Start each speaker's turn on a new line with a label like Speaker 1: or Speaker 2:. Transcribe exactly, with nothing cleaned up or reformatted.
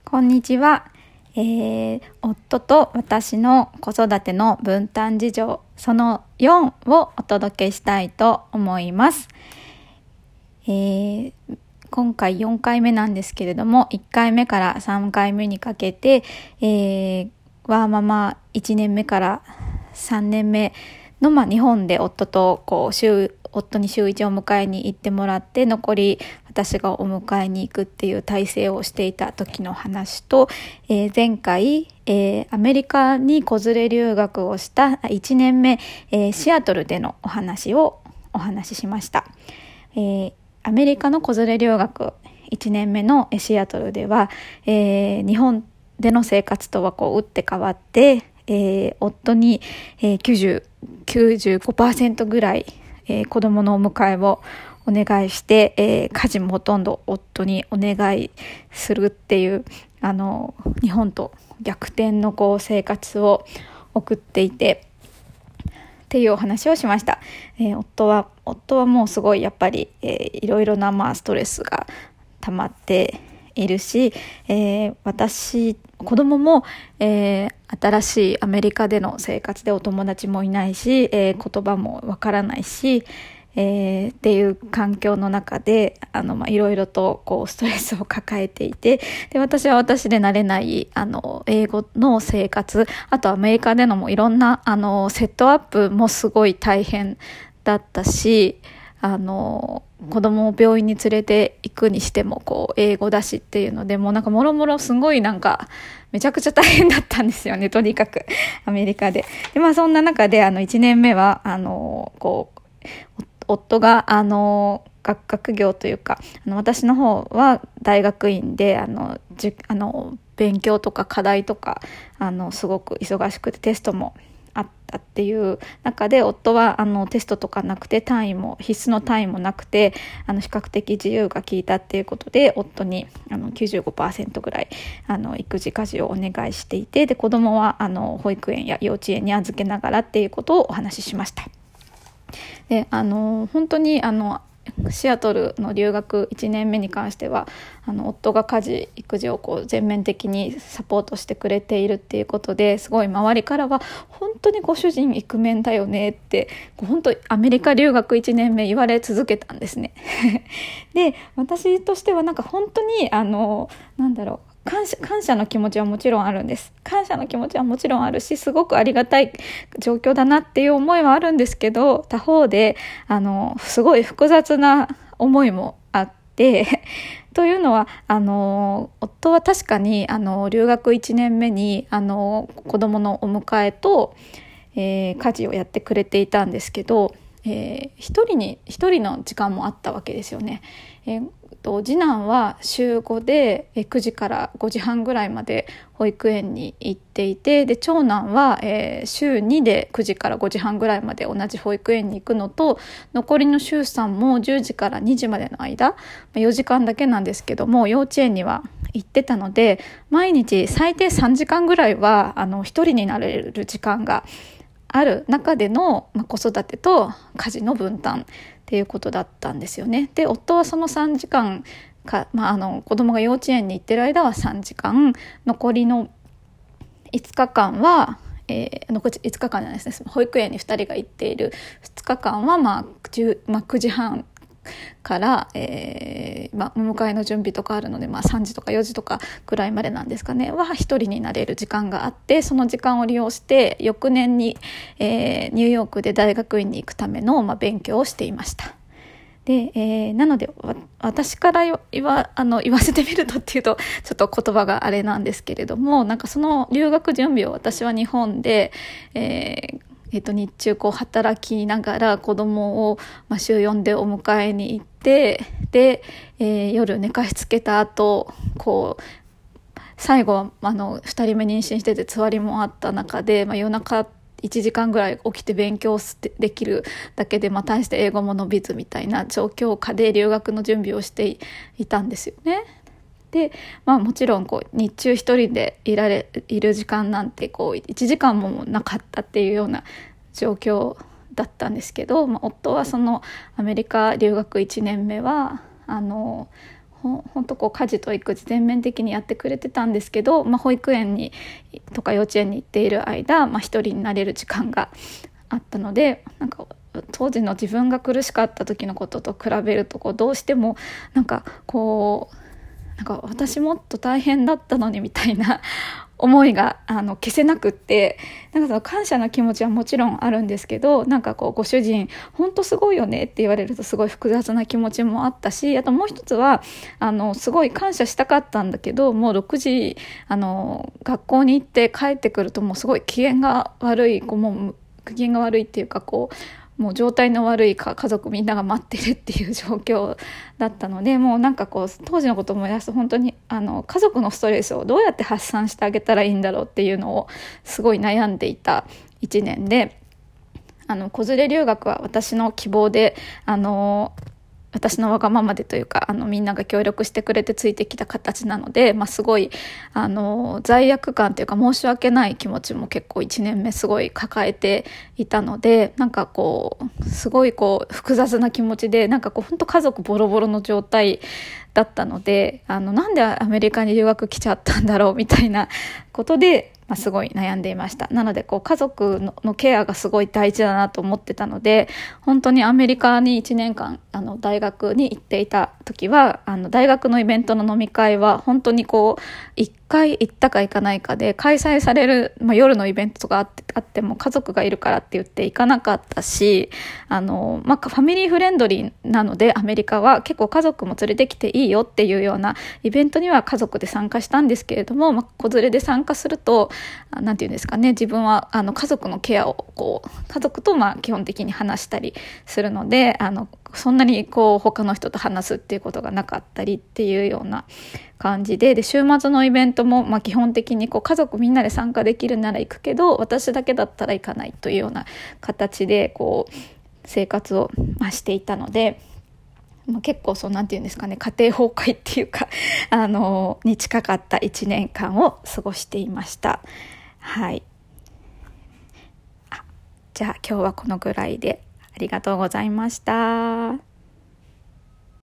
Speaker 1: こんにちは、えー、夫と私の子育ての分担事情そのよんをお届けしたいと思います。えー、今回よんかいめなんですけれども、いっかいめからさんかいめにかけて、えー、ワーママいちねんめからさんねんめの、まあ、日本で夫とこう週夫に週いちお迎えに行ってもらって、残り私がお迎えに行くっていう体制をしていた時の話と、えー、前回、えー、アメリカに子連れ留学をしたいちねんめ、えー、シアトルでのお話をお話ししました。えー、アメリカの子連れ留学いちねんめのシアトルでは、えー、日本での生活とはこう打って変わって、えー、夫に、えー、きゅうじゅう、きゅうじゅうごパーセント ぐらい、えー、子供のお迎えをお願いして、えー、家事もほとんど夫にお願いするっていう、あの日本と逆転のこう生活を送っていてっていうお話をしました。えー、夫は夫はもうすごいやっぱり、えー、いろいろなまあストレスが溜まっているし、えー、私子供も、えー、新しいアメリカでの生活でお友達もいないし、えー、言葉もわからないし、えー、っていう環境の中であの、まあ、いろいろとこうストレスを抱えていて、で私は私で慣れないあの英語の生活、あとアメリカでのもいろんなあのセットアップもすごい大変だったし、あの子供を病院に連れて行くにしてもこう英語だしっていうので、もうなんかもろもろすごいなんかめちゃくちゃ大変だったんですよね、とにかくアメリカで。でまあそんな中であのいちねんめはあのこう夫があの学学業というか、あの私の方は大学院であのじあの勉強とか課題とかあのすごく忙しくてテストもあったっていう中で、夫はあのテストとかなくて単位も必須の単位もなくて、あの比較的自由が利いたっていうことで夫にあの きゅうじゅうごパーセント ぐらいあの育児家事をお願いしていて、で子供はあの保育園や幼稚園に預けながらっていうことをお話ししました。であの本当にあのシアトルの留学いちねんめに関してはあの夫が家事育児をこう全面的にサポートしてくれているっていうことで、すごい周りからは本当にご主人イクメンだよねって本当アメリカ留学いちねんめ言われ続けたんですねで私としてはなんか本当にあのなんだろう感謝、感謝の気持ちはもちろんあるんです。感謝の気持ちはもちろんあるし、すごくありがたい状況だなっていう思いはあるんですけど、他方であのすごい複雑な思いもあってというのはあの夫は確かにあの留学いちねんめにあの子供のお迎えと、えー、家事をやってくれていたんですけど、えー、一人に一人の時間もあったわけですよね。えー次男は週ごでくじからごじはんぐらいまで保育園に行っていて、で長男は、えー、週にでくじからごじはんぐらいまで同じ保育園に行くのと、残りの週さんもじゅうじからにじまでの間よじかんだけなんですけども幼稚園には行ってたので、毎日最低さんじかんぐらいはあの一人になれる時間がある中での、まあ、子育てと家事の分担っていうことだったんですよね。で夫はそのさんじかんか、まあ、あの子供が幼稚園に行ってる間はさんじかん、残りのいつかかんは、えー、残りいつかかんじゃないですね、保育園にふたりが行っているふつかかんは、まあまあ、くじはんから、えーまあ、お迎えの準備とかあるので、まあ、さんじとかよじとかくらいまでなんですかねは一人になれる時間があって、その時間を利用して翌年に、えー、ニューヨークで大学院に行くための、まあ、勉強をしていました。で、えー、なので私から言わ、あの言わせてみるとっていうとちょっと言葉があれなんですけれども、なんかその留学準備を私は日本で、えーえっと、日中こう働きながら子供を、まあ、週よんでお迎えに行って、で、えー、夜寝かしつけた後こう最後はあのふたりめ妊娠しててつわりもあった中で、まあ、夜中いちじかんぐらい起きて勉強できるだけで、まあ、大して英語も伸びずみたいな状況下で留学の準備をしていたんですよね。で、まあ、もちろんこう日中一人でいられいる時間なんてこういちじかんもなかったっていうような状況だったんですけど、まあ、夫はそのアメリカ留学いちねんめはあのほほんとこう家事と育児全面的にやってくれてたんですけど、まあ、保育園にとか幼稚園に行っている間、まあ、一人になれる時間があったので、なんか当時の自分が苦しかった時のことと比べるとこうどうしてもなんかこうなんか私もっと大変だったのにみたいな思いがあの消せなくって、なんかその感謝の気持ちはもちろんあるんですけど、なんかこうご主人本当すごいよねって言われるとすごい複雑な気持ちもあったし、あともう一つはあのすごい感謝したかったんだけど、もうろくじあの学校に行って帰ってくるともうすごい機嫌が悪い、こうもう機嫌が悪いっていうかこうもう状態の悪いか家族みんなが待ってるっていう状況だったので、もうなんかこう当時のことを思い出すと本当にあの家族のストレスをどうやって発散してあげたらいいんだろうっていうのをすごい悩んでいたいちねんで、あの子連れ留学は私の希望で、あの私のわがままでというかあのみんなが協力してくれてついてきた形なので、まあ、すごいあの罪悪感というか申し訳ない気持ちも結構いちねんめすごい抱えていたので、なんかこうすごいこう複雑な気持ちで、なんかこう本当家族ボロボロの状態だったので、あのなんでアメリカに留学来ちゃったんだろうみたいなことで、まあ、すごい悩んでいました。なのでこう家族 の, のケアがすごい大事だなと思ってたので、本当にアメリカにいちねんかんあの大学に行っていた時は、あの大学のイベントの飲み会は本当にこういっかい行ったか行かないかで、開催される、まあ、夜のイベントとかあって、あっても家族がいるからって言って行かなかったし、あの、まあ、ファミリーフレンドリーなのでアメリカは結構家族も連れてきていいよっていうようなイベントには家族で参加したんですけれども、まあ、子連れで参加するとなんていうんですかね、自分はあの家族のケアをこう家族とまあ基本的に話したりするので、あのそんなにこう他の人と話すっていうことがなかったりっていうような感じで、で週末のイベントもまあ基本的にこう家族みんなで参加できるなら行くけど私だけだったら行かないというような形でこう生活をまあしていたので、まあ、結構そうなんていうんですかね、家庭崩壊っていうかあのに近かったいちねんかんを過ごしていました。はい。あ、じゃあ今日はこのぐらいでありがとうございました。